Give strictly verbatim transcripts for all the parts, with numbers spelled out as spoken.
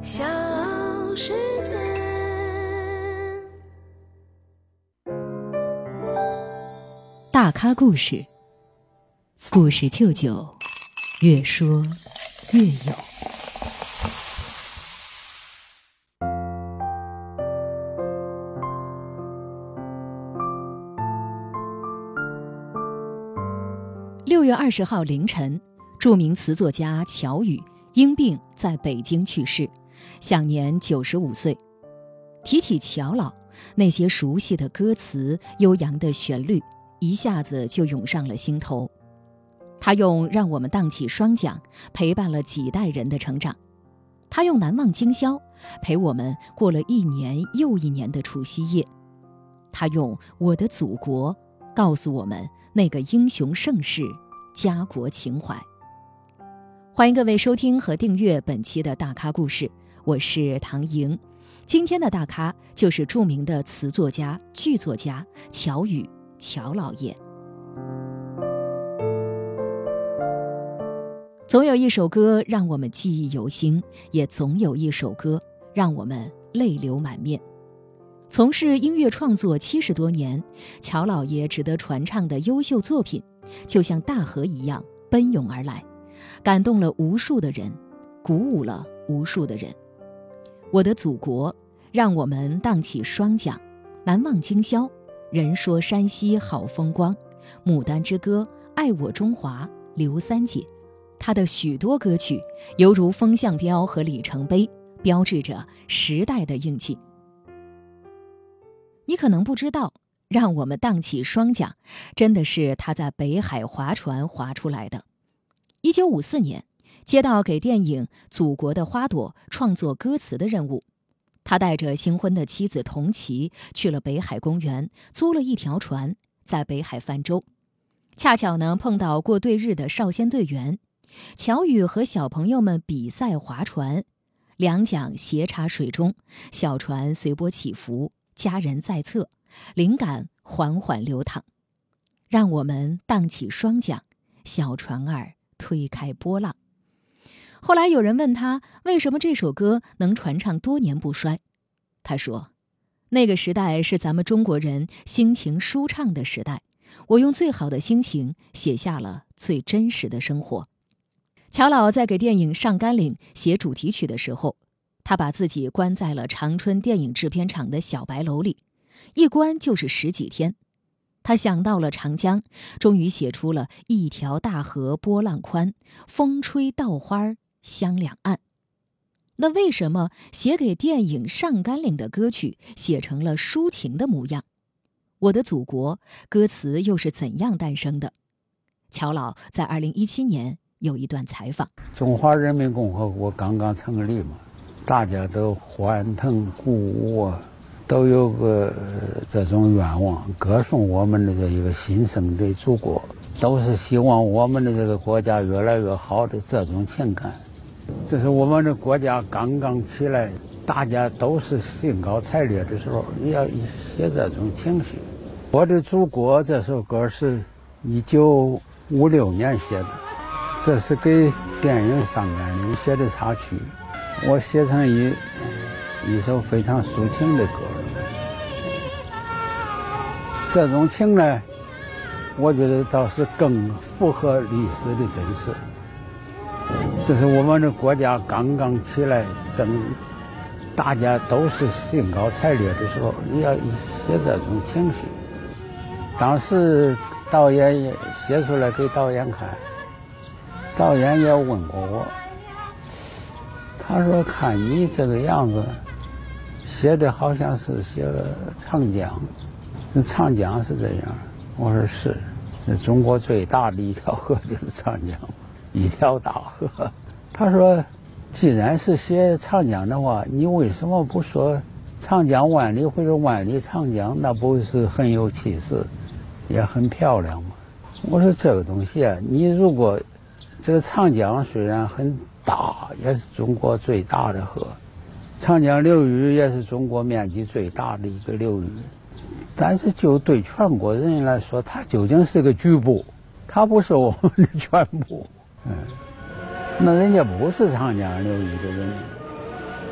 小世界。 大咖故事，故事舅舅越说越有。六月二十号凌晨，著名词作家乔羽因病在北京去世，享年九十五岁。提起乔老，那些熟悉的歌词、悠扬的旋律一下子就涌上了心头。他用让我们荡起双桨陪伴了几代人的成长，他用难忘今宵陪我们过了一年又一年的除夕夜，他用我的祖国告诉我们那个英雄盛世，家国情怀。欢迎各位收听和订阅本期的大咖故事，我是唐莹。今天的大咖就是著名的词作家、剧作家乔羽，乔老爷。总有一首歌让我们记忆犹新，也总有一首歌让我们泪流满面。从事音乐创作七十多年，乔老爷值得传唱的优秀作品就像大河一样奔涌而来，感动了无数的人，鼓舞了无数的人。我的祖国，让我们荡起双桨，难忘今宵，人说山西好风光，牡丹之歌，爱我中华，刘三姐。他的许多歌曲犹如风向标和里程碑，标志着时代的印记。你可能不知道，让我们荡起双桨真的是他在北海划船划出来的。一九五四年，接到给电影《祖国的花朵》创作歌词的任务，他带着新婚的妻子童琪去了北海公园，租了一条船，在北海泛舟。恰巧呢碰到过对日的少先队员，乔羽和小朋友们比赛划船，两桨斜插水中，小船随波起伏，家人在侧，灵感缓缓流淌。让我们荡起双桨，小船儿推开波浪。后来有人问他，为什么这首歌能传唱多年不衰？他说，那个时代是咱们中国人心情舒畅的时代，我用最好的心情写下了最真实的生活。乔老在给电影《上甘岭》写主题曲的时候，他把自己关在了长春电影制片厂的小白楼里，一关就是十几天。他想到了长江，终于写出了一条大河波浪宽，风吹稻花香两岸。那为什么写给电影《上甘岭》的歌曲写成了抒情的模样？我的祖国歌词又是怎样诞生的？乔老在二零一七年有一段采访。 中华人民共和国刚刚成立嘛，大家都欢腾鼓舞，都有个这种愿望，歌颂我们的这一个新生的祖国，都是希望我们的这个国家越来越好的这种情感。这是我们的国家刚刚起来，大家都是兴高采烈的时候，要一些这种情绪。我的祖国这首歌是一九五六年写的，这是给电影《上甘岭》写的插曲，我写成一一首非常抒情的歌。这种情呢，我觉得倒是更符合历史的真实。这是我们的国家刚刚起来，正大家都是兴高采烈的时候，要一些这种情绪。当时导演也写出来给导演看，导演也问过我，他说看你这个样子写的好像是写个长江，那长江是这样。我说是，那中国最大的一条河就是长江，一条大河。他说既然是写长江的话，你为什么不说长江万里或者万里长江？那不是很有气势，也很漂亮吗？我说这个东西啊，你如果这个长江虽然很大，也是中国最大的河，长江流域也是中国面积最大的一个流域，但是就对全国人来说，它究竟是个局部，它不是我们的全部。嗯，那人家不是长江流域的人，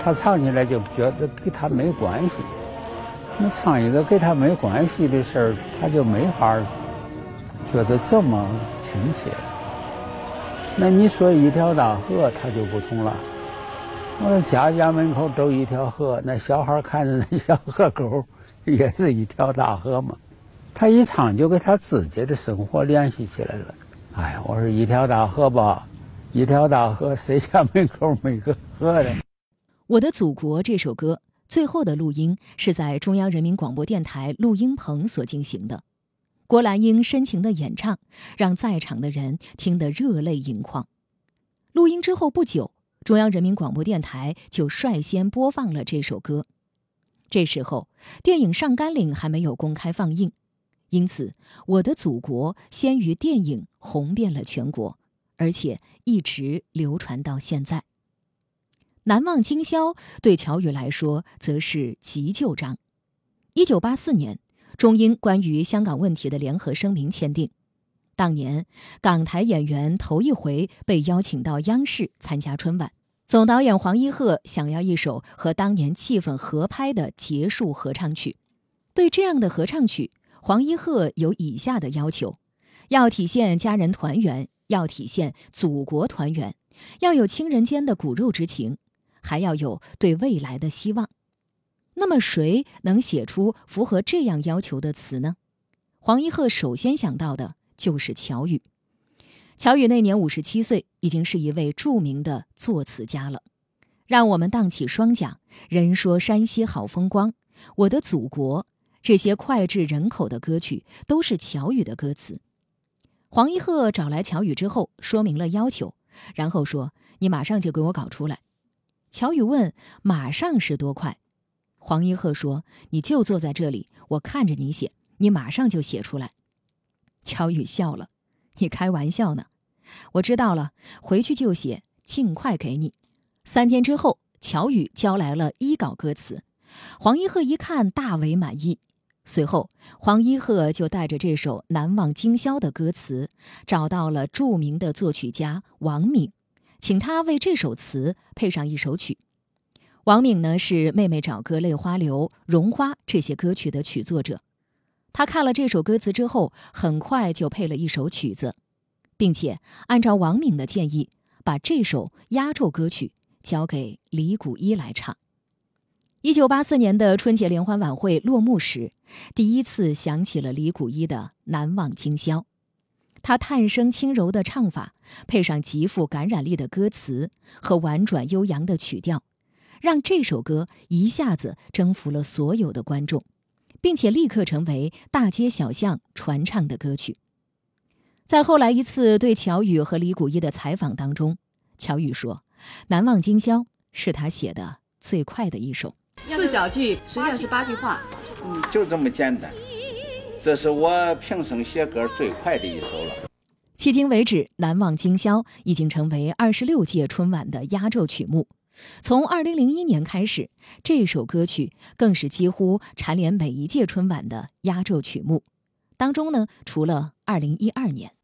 他唱起来就觉得跟他没关系。那唱一个跟他没关系的事儿，他就没法觉得这么亲切。那你说一条大河，他就不同了。我家家门口都一条河，那小孩看着那小河沟，也是一条大河嘛。他一唱就跟他自己的生活联系起来了。哎呀，我说一条大河吧，一条大河，谁家门口没个河的？ 我的祖国这首歌最后的录音是在中央人民广播电台录音棚所进行的。郭兰英深情的演唱，让在场的人听得热泪盈眶。录音之后不久，中央人民广播电台就率先播放了这首歌。这时候，电影《上甘岭》还没有公开放映，因此《我的祖国》先于电影红遍了全国，而且一直流传到现在。难忘今宵对乔羽来说则是急救章。一九八四年，中英关于香港问题的联合声明签订。当年，港台演员头一回被邀请到央视参加春晚。总导演黄一鹤想要一首和当年气氛合拍的结束合唱曲。对这样的合唱曲，黄一鹤有以下的要求：要体现家人团圆，要体现祖国团圆，要有亲人间的骨肉之情，还要有对未来的希望。那么谁能写出符合这样要求的词呢？黄一鹤首先想到的就是乔羽。乔羽那年五十七岁，已经是一位著名的作词家了。让我们荡起双桨，人说山西好风光，我的祖国，这些脍炙人口的歌曲都是乔羽的歌词。黄一鹤找来乔羽之后，说明了要求，然后说：“你马上就给我搞出来。”乔羽问：“马上是多快？”黄一鹤说：“你就坐在这里，我看着你写，你马上就写出来。”乔羽笑了：“你开玩笑呢？我知道了，回去就写，尽快给你。”三天之后，乔羽交来了一稿歌词，黄一鹤一看大为满意。随后，黄一鹤就带着这首《难忘今宵》的歌词，找到了著名的作曲家王敏，请他为这首词配上一首曲。王敏呢，是《妹妹找个泪花流》《绒花》这些歌曲的曲作者。他看了这首歌词之后，很快就配了一首曲子，并且按照王敏的建议，把这首压轴歌曲交给李谷一来唱。一九八四年的春节联欢晚会落幕时，第一次响起了李谷一的《难忘今宵》。他叹声轻柔的唱法，配上极富感染力的歌词和婉转悠扬的曲调，让这首歌一下子征服了所有的观众，并且立刻成为大街小巷传唱的歌曲。在后来一次对乔羽和李谷一的采访当中，乔羽说：“难忘今宵是他写的最快的一首。” 四小句实际上是八句话， 嗯，就这么简单。这是我平生写歌最快的一首了。 迄今为止，《难忘今宵》已经成为二十六届春晚的压轴曲目。从二零零一年开始，这首歌曲更是几乎蝉联每一届春晚的压轴曲目。当中呢，除了二零一二年。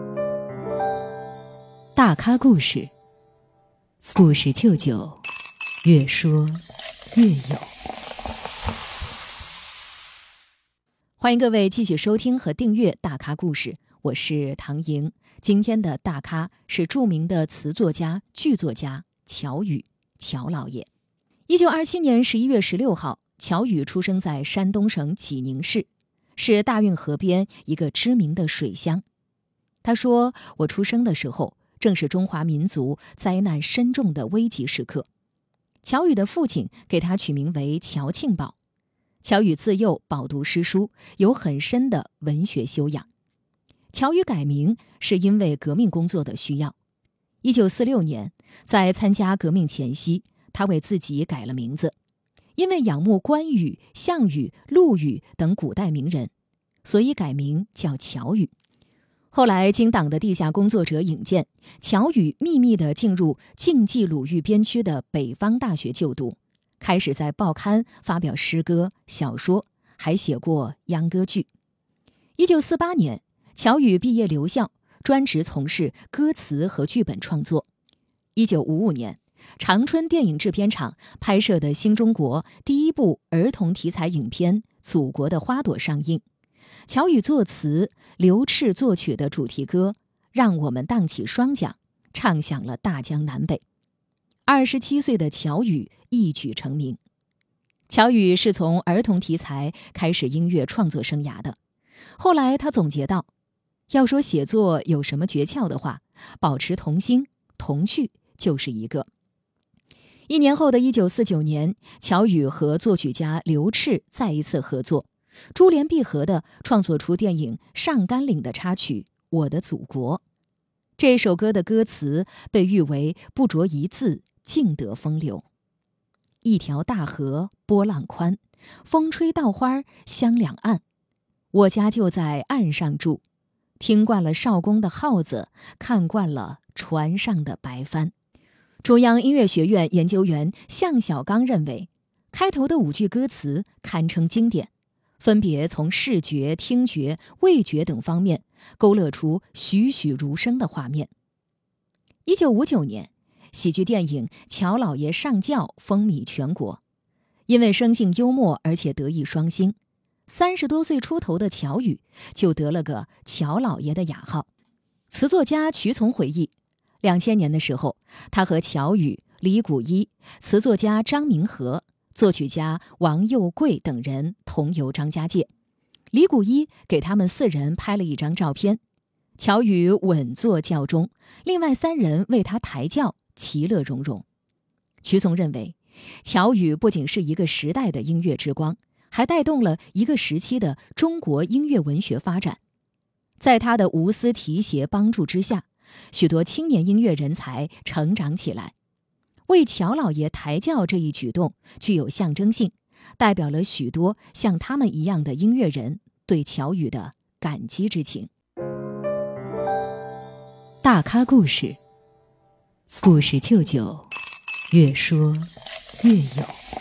大咖故事，故事舅舅，越说越有。欢迎各位继续收听和订阅大咖故事，我是唐莹。今天的大咖是著名的词作家、剧作家乔羽，乔老爷。一九二七年十一月十六号，乔羽出生在山东省济宁市，是大运河边一个知名的水乡。他说：“我出生的时候，正是中华民族灾难深重的危急时刻。”乔羽的父亲给他取名为乔庆宝。乔羽自幼饱读诗书，有很深的文学修养。乔羽改名是因为革命工作的需要。一九四六年，在参加革命前夕，他为自己改了名字。因为仰慕关羽、项羽、陆羽等古代名人，所以改名叫乔羽。后来经党的地下工作者引荐，乔羽秘密地进入晋冀鲁豫边区的北方大学就读，开始在报刊发表诗歌、小说，还写过秧歌剧。一九四八年，乔羽毕业留校，专职从事歌词和剧本创作。一九五五年， 长春电影制片厂拍摄的新中国第一部儿童题材影片《祖国的花朵》上映，乔羽作词，刘炽作曲的主题歌《让我们荡起双桨》唱响了大江南北。二十七岁的乔羽一举成名。乔羽是从儿童题材开始音乐创作生涯的，后来他总结道，要说写作有什么诀窍的话，保持童心童趣就是一个。一年后的一九四九年，乔羽和作曲家刘炽再一次合作，珠联璧合地创作出电影《上甘岭》的插曲《我的祖国》。这首歌的歌词被誉为不着一字，尽得风流。一条大河波浪宽，风吹稻花香两岸。我家就在岸上住，听惯了少公的号子，看惯了船上的白帆。中央音乐学院研究员向小刚认为，开头的五句歌词堪称经典，分别从视觉、听觉、味觉等方面勾勒出栩栩如生的画面。一九五九年，喜剧电影《乔老爷上轿》风靡全国，因为生性幽默而且德艺双馨，三十多岁出头的乔羽就得了个乔老爷的雅号。词作家瞿从回忆，两千年的时候，他和乔羽、李谷一、词作家张明和、作曲家王佑贵等人同游张家界。李谷一给他们四人拍了一张照片，乔羽稳坐轿中，另外三人为他抬轿，其乐融融。瞿从认为，乔羽不仅是一个时代的音乐之光，还带动了一个时期的中国音乐文学发展。在他的无私提携帮助之下，许多青年音乐人才成长起来。为乔老爷抬轿这一举动具有象征性，代表了许多像他们一样的音乐人对乔羽的感激之情。大咖故事，故事舅舅，越说越有。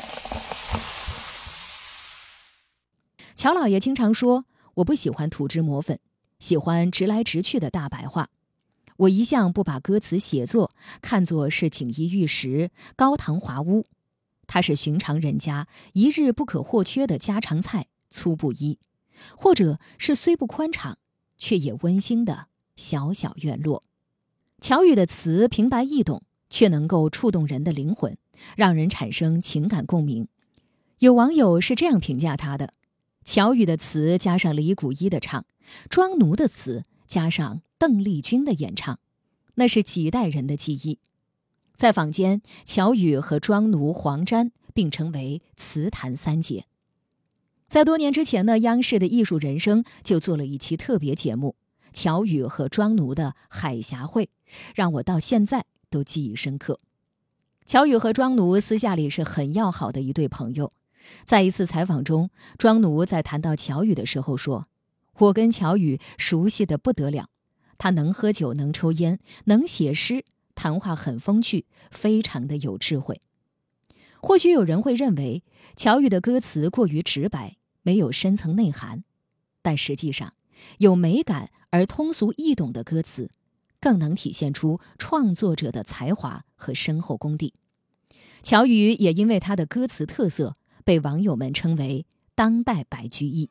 乔老爷经常说，我不喜欢涂脂抹粉，喜欢直来直去的大白话。我一向不把歌词写作看作是锦衣玉食、高堂华屋，它是寻常人家一日不可或缺的家常菜、粗布衣，或者是虽不宽敞却也温馨的小小院落。乔羽的词平白易懂，却能够触动人的灵魂，让人产生情感共鸣。有网友是这样评价他的：乔羽的词加上李谷一的唱，庄奴的词加上邓丽君的演唱，那是几代人的记忆。在坊间，乔羽和庄奴、黄沾并称为词坛三杰。在多年之前呢，央视的艺术人生就做了一期特别节目，乔羽和庄奴的海峡会，让我到现在都记忆深刻。乔羽和庄奴私下里是很要好的一对朋友。在一次采访中，庄奴在谈到乔羽的时候说，我跟乔羽熟悉得不得了，他能喝酒，能抽烟，能写诗，谈话很风趣，非常的有智慧。或许有人会认为乔羽的歌词过于直白，没有深层内涵，但实际上有美感而通俗易懂的歌词更能体现出创作者的才华和深厚功底。乔羽也因为他的歌词特色被网友们称为当代白居易。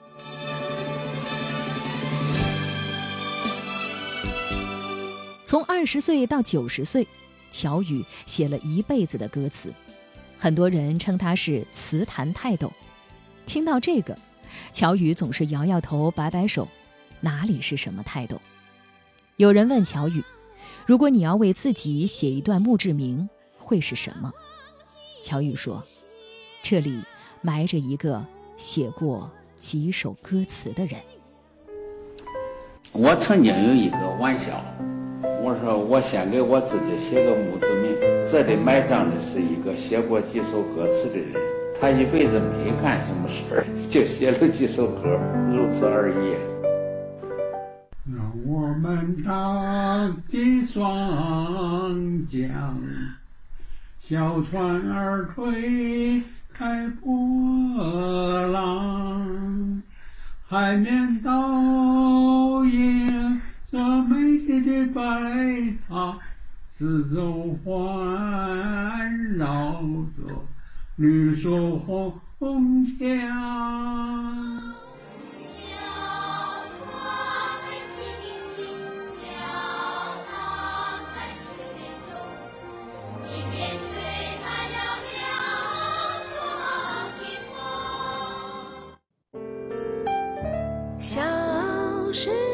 从二十岁到九十岁，乔羽写了一辈子的歌词，很多人称他是词坛泰斗。听到这个，乔羽总是摇摇头，摆摆手，哪里是什么泰斗？有人问乔羽，如果你要为自己写一段墓志铭，会是什么？乔羽说，这里埋着一个写过几首歌词的人。 我曾经有一个玩笑，我说我先给我自己写个墓志铭，这里埋葬的是一个写过几首歌词的人，他一辈子没干什么事儿，就写了几首歌，如此而已。 让我们荡起双桨，小船儿推开波浪，海面倒映这美丽的白塔， 枝中环绕着绿树红墙。 小时